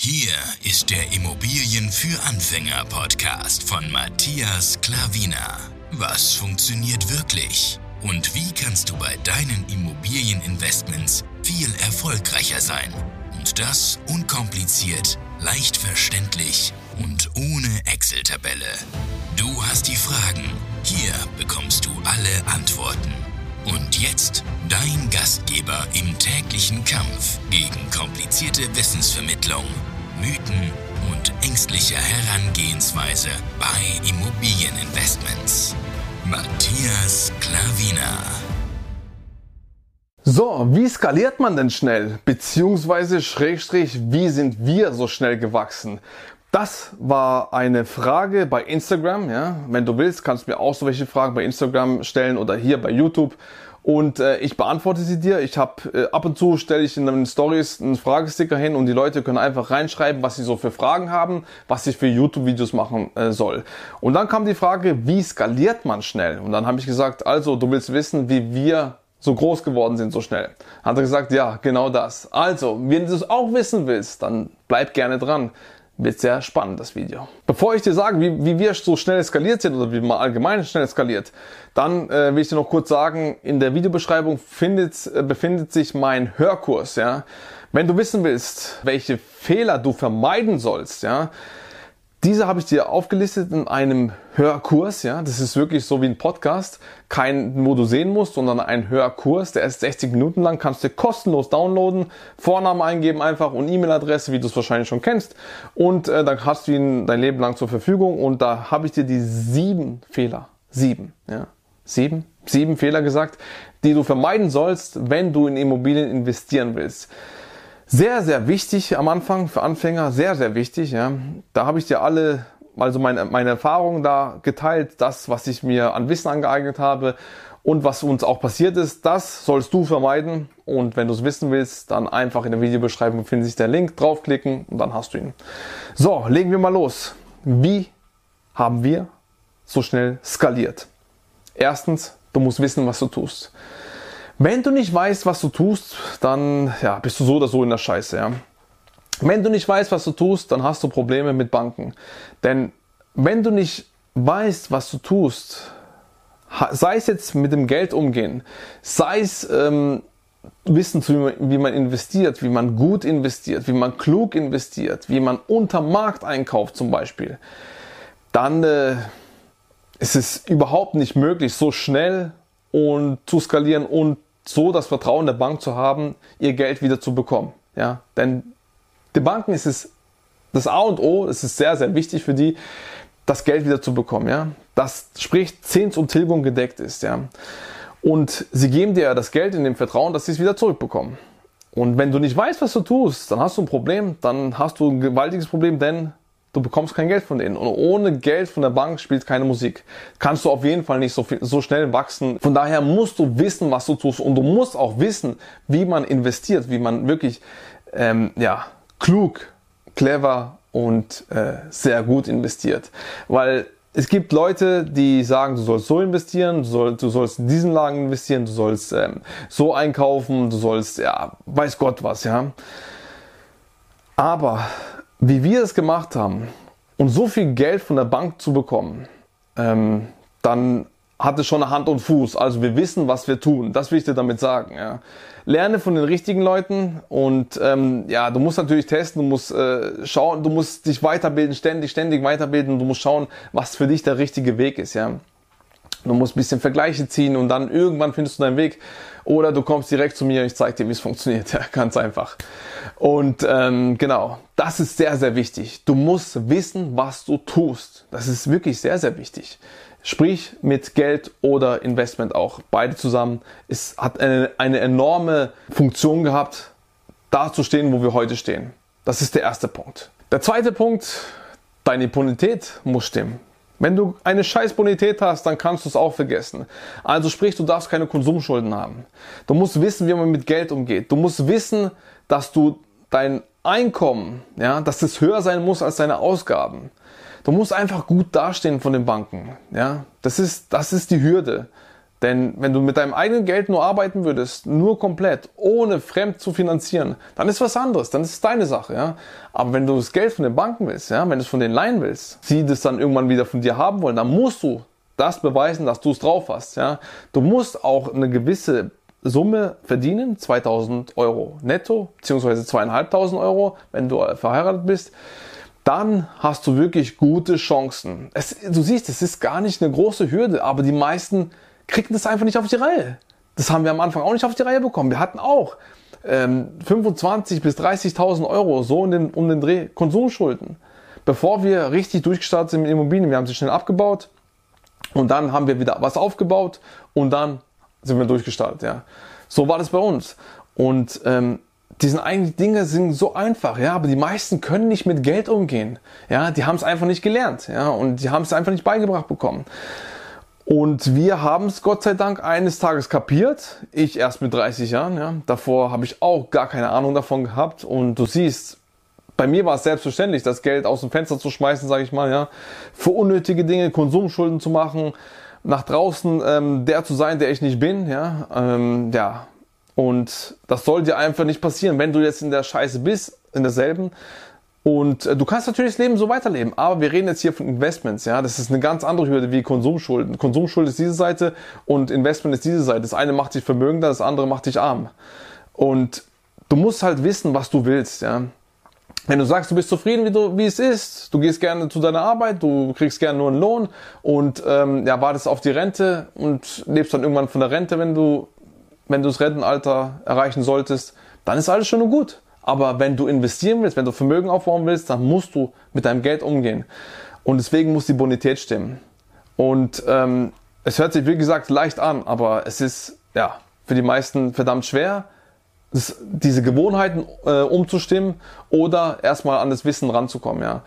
Hier ist der Immobilien für Anfänger Podcast von Matthias Klavina. Was funktioniert wirklich? Und wie kannst du bei deinen Immobilieninvestments viel erfolgreicher sein? Und das unkompliziert, leicht verständlich und ohne Excel-Tabelle. Du hast die Fragen, hier bekommst du alle Antworten. Und jetzt dein Gastgeber im täglichen Kampf gegen komplizierte Wissensvermittlung, Mythen und ängstliche Herangehensweise bei Immobilieninvestments. Matthias Klavina. So, wie skaliert man denn schnell? Beziehungsweise wie sind wir so schnell gewachsen? Das war eine Frage bei Instagram. Ja? Wenn du willst, kannst du mir auch so welche Fragen bei Instagram stellen oder hier bei YouTube. Und ich beantworte sie dir. Ich habe ab und zu stelle ich in den Stories einen Fragesticker hin und die Leute können einfach reinschreiben, was sie so für Fragen haben, was ich für YouTube-Videos machen soll. Und dann kam die Frage, wie skaliert man schnell? Und dann habe ich gesagt, also du willst wissen, wie wir so groß geworden sind so schnell. Hat er gesagt, ja, genau das. Also, wenn du es auch wissen willst, dann bleib gerne dran. Wird sehr spannend, das Video. Bevor ich dir sage, wie wir so schnell skaliert sind oder wie man allgemein schnell skaliert, dann will ich dir noch kurz sagen, in der Videobeschreibung befindet sich mein Hörkurs. Ja? Wenn du wissen willst, welche Fehler du vermeiden sollst, ja, diese habe ich dir aufgelistet in einem Hörkurs. Ja? Das ist wirklich so wie ein Podcast, kein, wo du sehen musst, sondern ein Hörkurs. Der ist 60 Minuten lang, kannst du kostenlos downloaden, Vornamen eingeben einfach und E-Mail-Adresse, wie du es wahrscheinlich schon kennst. Und dann hast du ihn dein Leben lang zur Verfügung. Und da habe ich dir die 7 Fehler, 7 Fehler gesagt, die du vermeiden sollst, wenn du in Immobilien investieren willst. Sehr, sehr wichtig am Anfang für Anfänger, sehr, sehr wichtig. Ja. Da habe ich dir meine Erfahrungen da geteilt, das, was ich mir an Wissen angeeignet habe und was uns auch passiert ist, das sollst du vermeiden. Und wenn du es wissen willst, dann einfach in der Videobeschreibung findet sich der Link, draufklicken und dann hast du ihn. So, legen wir mal los. Wie haben wir so schnell skaliert? Erstens, du musst wissen, was du tust. Wenn du nicht weißt, was du tust, dann bist du so oder so in der Scheiße. Ja? Wenn du nicht weißt, was du tust, dann hast du Probleme mit Banken. Denn wenn du nicht weißt, was du tust, sei es jetzt mit dem Geld umgehen, sei es Wissen, wie man investiert, wie man gut investiert, wie man klug investiert, wie man unter Markt einkauft zum Beispiel, dann ist es überhaupt nicht möglich, so schnell und zu skalieren und so das Vertrauen der Bank zu haben, ihr Geld wieder zu bekommen. Ja? Denn die Banken ist es das A und O, es ist sehr, sehr wichtig für die, das Geld wieder zu bekommen. Ja? Das sprich Zins und Tilgung gedeckt ist. Ja? Und sie geben dir das Geld in dem Vertrauen, dass sie es wieder zurückbekommen. Und wenn du nicht weißt, was du tust, dann hast du ein Problem, dann hast du ein gewaltiges Problem, denn du bekommst kein Geld von denen. Und ohne Geld von der Bank spielt keine Musik. Kannst du auf jeden Fall nicht so schnell wachsen. Von daher musst du wissen, was du tust. Und du musst auch wissen, wie man investiert, wie man wirklich klug, clever und sehr gut investiert. Weil es gibt Leute, die sagen, du sollst so investieren, du sollst in diesen Lagen investieren, du sollst so einkaufen, du sollst, weiß Gott was, ja. Aber wie wir es gemacht haben, um so viel Geld von der Bank zu bekommen, dann hat es schon eine Hand und Fuß. Also wir wissen, was wir tun. Das will ich dir damit sagen. Ja. Lerne von den richtigen Leuten und du musst natürlich testen, du musst schauen, du musst dich weiterbilden, ständig weiterbilden. Du musst schauen, was für dich der richtige Weg ist. Ja. Du musst ein bisschen Vergleiche ziehen und dann irgendwann findest du deinen Weg. Oder du kommst direkt zu mir, ich zeige dir, wie es funktioniert. Ja, ganz einfach. Und genau, das ist sehr, sehr wichtig. Du musst wissen, was du tust. Das ist wirklich sehr, sehr wichtig. Sprich mit Geld oder Investment auch. Beide zusammen. Es hat eine enorme Funktion gehabt, da zu stehen, wo wir heute stehen. Das ist der erste Punkt. Der zweite Punkt, deine Bonität muss stimmen. Wenn du eine scheiß Bonität hast, dann kannst du es auch vergessen. Also sprich, du darfst keine Konsumschulden haben. Du musst wissen, wie man mit Geld umgeht. Du musst wissen, dass du dein Einkommen, dass es höher sein muss als deine Ausgaben. Du musst einfach gut dastehen von den Banken. Ja? Das ist die Hürde. Denn wenn du mit deinem eigenen Geld nur arbeiten würdest, nur komplett, ohne fremd zu finanzieren, dann ist was anderes, dann ist es deine Sache. Ja? Aber wenn du das Geld von den Banken willst, ja, wenn du es von denen leihen willst, sie das dann irgendwann wieder von dir haben wollen, dann musst du das beweisen, dass du es drauf hast. Ja? Du musst auch eine gewisse Summe verdienen, 2.000 Euro netto, beziehungsweise 2.500 Euro, wenn du verheiratet bist. Dann hast du wirklich gute Chancen. Du siehst, es ist gar nicht eine große Hürde, aber die meisten kriegen das einfach nicht auf die Reihe. Das haben wir am Anfang auch nicht auf die Reihe bekommen. Wir hatten auch 25.000 bis 30.000 Euro so um den Dreh Konsumschulden, bevor wir richtig durchgestartet sind mit Immobilien. Wir haben sie schnell abgebaut und dann haben wir wieder was aufgebaut und dann sind wir durchgestartet. Ja. So war das bei uns. Und diese Dinge sind so einfach, ja, aber die meisten können nicht mit Geld umgehen. Ja, die haben es einfach nicht gelernt, ja, und die haben es einfach nicht beigebracht bekommen. Und wir haben es Gott sei Dank eines Tages kapiert. Ich erst mit 30 Jahren, ja. Davor habe ich auch gar keine Ahnung davon gehabt. Und du siehst, bei mir war es selbstverständlich, das Geld aus dem Fenster zu schmeißen, sage ich mal, ja, für unnötige Dinge, Konsumschulden zu machen, nach draußen der zu sein, der ich nicht bin, ja, ja. Und das soll dir einfach nicht passieren, wenn du jetzt in der Scheiße bist, in derselben. Und du kannst natürlich das Leben so weiterleben, aber wir reden jetzt hier von Investments, ja. Das ist eine ganz andere Hürde wie Konsumschulden. Konsumschuld ist diese Seite und Investment ist diese Seite. Das eine macht dich vermögender, das andere macht dich arm. Und du musst halt wissen, was du willst, ja. Wenn du sagst, du bist zufrieden, wie es ist, du gehst gerne zu deiner Arbeit, du kriegst gerne nur einen Lohn und ja, wartest auf die Rente und lebst dann irgendwann von der Rente, wenn du das Rentenalter erreichen solltest, dann ist alles schön und gut. Aber wenn du investieren willst, wenn du Vermögen aufbauen willst, dann musst du mit deinem Geld umgehen. Und deswegen muss die Bonität stimmen. Und es hört sich, wie gesagt, leicht an, aber es ist ja für die meisten verdammt schwer, diese Gewohnheiten umzustimmen oder erstmal an das Wissen ranzukommen. Ja.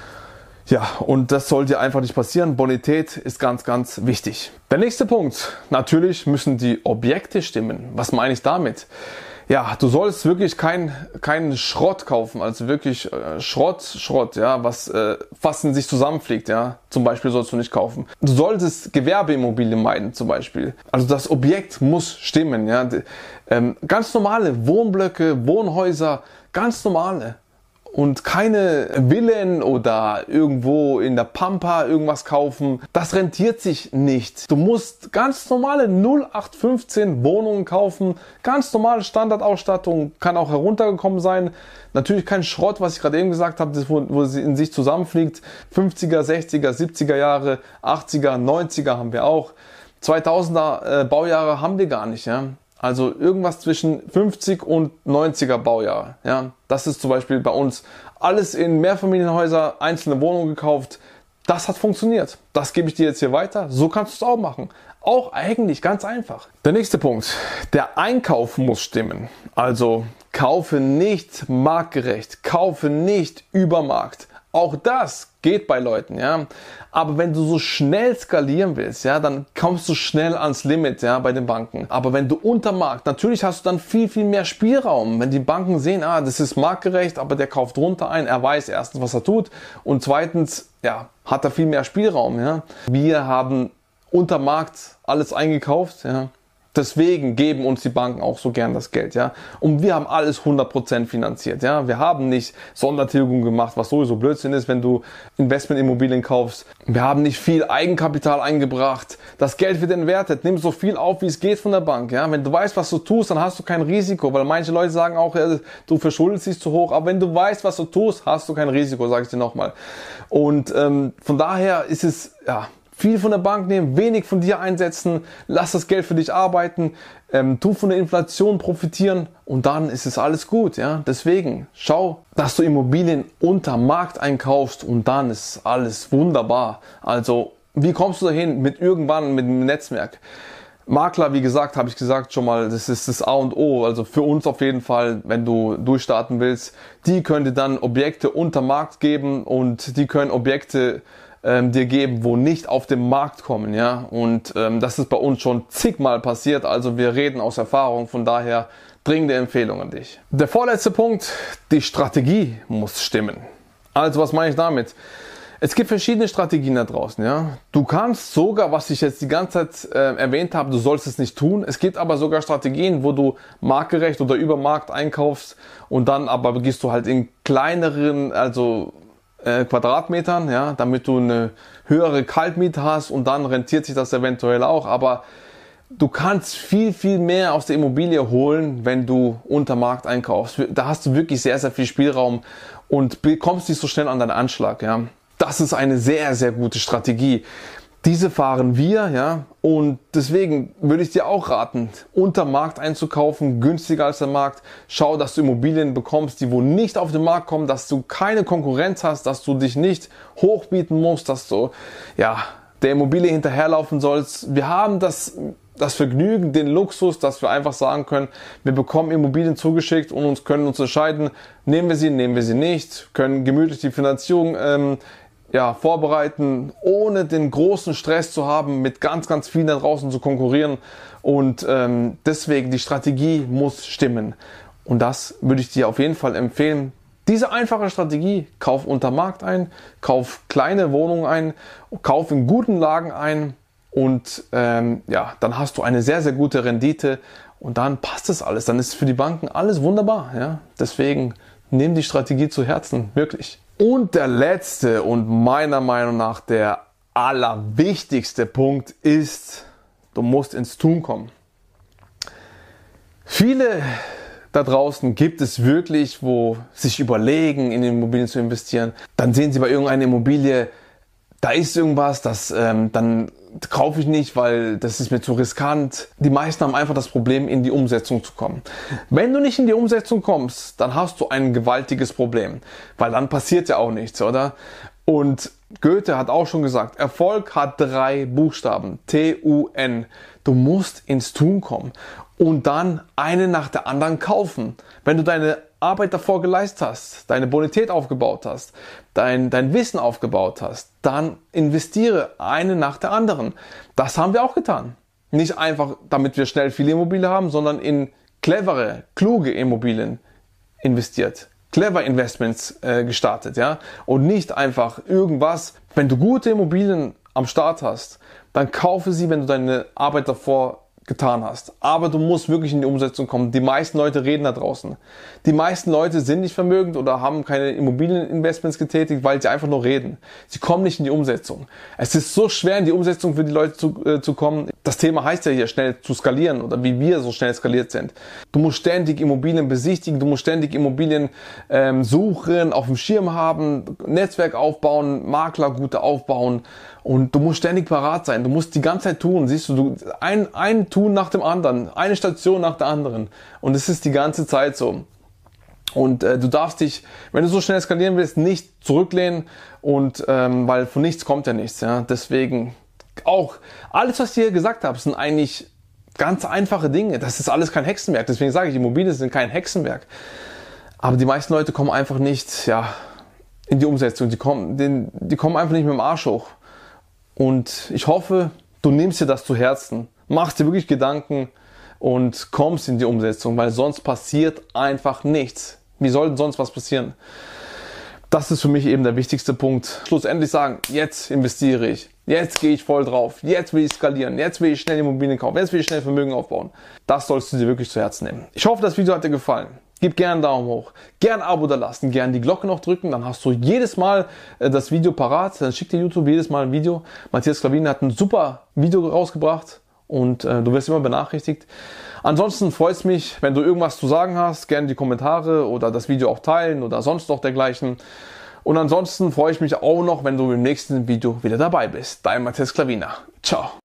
Ja, und das soll dir einfach nicht passieren. Bonität ist ganz, ganz wichtig. Der nächste Punkt. Natürlich müssen die Objekte stimmen. Was meine ich damit? Ja, du sollst wirklich keinen Schrott kaufen, also wirklich Schrott, ja, was fast in sich zusammenfliegt, ja. Zum Beispiel sollst du nicht kaufen. Du solltest Gewerbeimmobilien meiden, zum Beispiel. Also das Objekt muss stimmen, ja. Ganz normale Wohnblöcke, Wohnhäuser, ganz normale. Und keine Villen oder irgendwo in der Pampa irgendwas kaufen. Das rentiert sich nicht. Du musst ganz normale 0815 Wohnungen kaufen. Ganz normale Standardausstattung, kann auch heruntergekommen sein. Natürlich kein Schrott, was ich gerade eben gesagt habe, wo sie in sich zusammenfliegt. 50er, 60er, 70er Jahre, 80er, 90er haben wir auch. 2000er Baujahre haben wir gar nicht, ja. Also irgendwas zwischen 50 und 90er Baujahr. Ja, das ist zum Beispiel bei uns alles in Mehrfamilienhäuser, einzelne Wohnungen gekauft. Das hat funktioniert. Das gebe ich dir jetzt hier weiter. So kannst du es auch machen. Auch eigentlich ganz einfach. Der nächste Punkt. Der Einkauf muss stimmen. Also kaufe nicht marktgerecht. Kaufe nicht über Markt. Auch das geht bei Leuten, ja. Aber wenn du so schnell skalieren willst, ja, dann kommst du schnell ans Limit, ja, bei den Banken. Aber wenn du unter Markt, natürlich hast du dann viel, viel mehr Spielraum. Wenn die Banken sehen, das ist marktgerecht, aber der kauft runter ein, er weiß erstens, was er tut und zweitens, ja, hat er viel mehr Spielraum, ja. Wir haben unter Markt alles eingekauft, ja. Deswegen geben uns die Banken auch so gern das Geld, ja. Und wir haben alles 100% finanziert, ja. Wir haben nicht Sondertilgung gemacht, was sowieso Blödsinn ist, wenn du Investmentimmobilien kaufst. Wir haben nicht viel Eigenkapital eingebracht. Das Geld wird entwertet. Nimm so viel auf, wie es geht von der Bank, ja. Wenn du weißt, was du tust, dann hast du kein Risiko, weil manche Leute sagen auch, ja, du verschuldest dich zu hoch. Aber wenn du weißt, was du tust, hast du kein Risiko, sage ich dir nochmal. Und von daher ist es, ja, viel von der Bank nehmen, wenig von dir einsetzen, lass das Geld für dich arbeiten, tu von der Inflation profitieren und dann ist es alles gut, ja. Deswegen schau, dass du Immobilien unter Markt einkaufst und dann ist alles wunderbar. Also, wie kommst du dahin? Mit dem Netzwerk. Makler, wie gesagt, habe ich gesagt schon mal, das ist das A und O, also für uns auf jeden Fall, wenn du durchstarten willst, die können dir dann Objekte unter Markt geben und die können Objekte dir geben, wo nicht auf den Markt kommen, ja, und das ist bei uns schon zigmal passiert, also wir reden aus Erfahrung, von daher dringende Empfehlung an dich. Der vorletzte Punkt, die Strategie muss stimmen. Also was meine ich damit? Es gibt verschiedene Strategien da draußen, ja. Du kannst sogar, was ich jetzt die ganze Zeit erwähnt habe, du sollst es nicht tun. Es gibt aber sogar Strategien, wo du marktgerecht oder über Markt einkaufst und dann aber gehst du halt in kleineren, also Quadratmetern, ja, damit du eine höhere Kaltmiete hast und dann rentiert sich das eventuell auch. Aber du kannst viel, viel mehr aus der Immobilie holen, wenn du unter Markt einkaufst. Da hast du wirklich sehr, sehr viel Spielraum und bekommst nicht so schnell an deinen Anschlag, ja. Das ist eine sehr, sehr gute Strategie. Diese fahren wir, ja, und deswegen würde ich dir auch raten, unter Markt einzukaufen, günstiger als der Markt. Schau, dass du Immobilien bekommst, die wo nicht auf den Markt kommen, dass du keine Konkurrenz hast, dass du dich nicht hochbieten musst, dass du, ja, der Immobilie hinterherlaufen sollst. Wir haben das Vergnügen, den Luxus, dass wir einfach sagen können, wir bekommen Immobilien zugeschickt und können uns entscheiden, nehmen wir sie nicht, können gemütlich die Finanzierung vorbereiten, ohne den großen Stress zu haben, mit ganz, ganz vielen da draußen zu konkurrieren. Und deswegen, die Strategie muss stimmen. Und das würde ich dir auf jeden Fall empfehlen. Diese einfache Strategie, kauf unter Markt ein, kauf kleine Wohnungen ein, kauf in guten Lagen ein und dann hast du eine sehr, sehr gute Rendite und dann passt das alles. Dann ist für die Banken alles wunderbar. Ja? Deswegen nimm die Strategie zu Herzen, wirklich. Und der letzte und meiner Meinung nach der allerwichtigste Punkt ist, du musst ins Tun kommen. Viele da draußen gibt es wirklich, wo sich überlegen, in Immobilien zu investieren. Dann sehen sie bei irgendeiner Immobilie, da ist irgendwas, dann kaufe ich nicht, weil das ist mir zu riskant. Die meisten haben einfach das Problem, in die Umsetzung zu kommen. Wenn du nicht in die Umsetzung kommst, dann hast du ein gewaltiges Problem, weil dann passiert ja auch nichts, oder? Und Goethe hat auch schon gesagt, Erfolg hat 3 Buchstaben, T-U-N. Du musst ins Tun kommen und dann eine nach der anderen kaufen. Wenn du deine Arbeit davor geleistet hast, deine Bonität aufgebaut hast, dein Wissen aufgebaut hast, dann investiere eine nach der anderen. Das haben wir auch getan. Nicht einfach, damit wir schnell viele Immobilien haben, sondern in clevere, kluge Immobilien investiert. Clever Investments gestartet, ja, und nicht einfach irgendwas. Wenn du gute Immobilien am Start hast, dann kaufe sie, wenn du deine Arbeit davor getan hast. Aber du musst wirklich in die Umsetzung kommen. Die meisten Leute reden da draußen. Die meisten Leute sind nicht vermögend oder haben keine Immobilieninvestments getätigt, weil sie einfach nur reden. Sie kommen nicht in die Umsetzung. Es ist so schwer, in die Umsetzung für die Leute zu kommen. Das Thema heißt ja hier, schnell zu skalieren oder wie wir so schnell skaliert sind. Du musst ständig Immobilien besichtigen, du musst ständig Immobilien suchen, auf dem Schirm haben, Netzwerk aufbauen, Makler gute aufbauen und du musst ständig parat sein. Du musst die ganze Zeit tun. Siehst du, ein Tun nach dem anderen, eine Station nach der anderen und es ist die ganze Zeit so. Und du darfst dich, wenn du so schnell skalieren willst, nicht zurücklehnen und weil von nichts kommt ja nichts. Ja? Deswegen auch alles, was ich hier gesagt habe, sind eigentlich ganz einfache Dinge. Das ist alles kein Hexenwerk. Deswegen sage ich, Immobilien sind kein Hexenwerk. Aber die meisten Leute kommen einfach nicht in die Umsetzung. Die kommen einfach nicht mit dem Arsch hoch. Und ich hoffe, du nimmst dir das zu Herzen, machst dir wirklich Gedanken und kommst in die Umsetzung, weil sonst passiert einfach nichts. Wie soll denn sonst was passieren? Das ist für mich eben der wichtigste Punkt. Schlussendlich sagen, jetzt investiere ich, jetzt gehe ich voll drauf, jetzt will ich skalieren, jetzt will ich schnell Immobilien kaufen, jetzt will ich schnell Vermögen aufbauen. Das sollst du dir wirklich zu Herzen nehmen. Ich hoffe, das Video hat dir gefallen. Gib gerne einen Daumen hoch, gerne ein Abo da lassen, gerne die Glocke noch drücken, dann hast du jedes Mal das Video parat, dann schickt dir YouTube jedes Mal ein Video. Matthias Clavina hat ein super Video rausgebracht und du wirst immer benachrichtigt. Ansonsten freut es mich, wenn du irgendwas zu sagen hast, gerne die Kommentare oder das Video auch teilen oder sonst noch dergleichen. Und ansonsten freue ich mich auch noch, wenn du im nächsten Video wieder dabei bist. Dein Matthias Clavina. Ciao.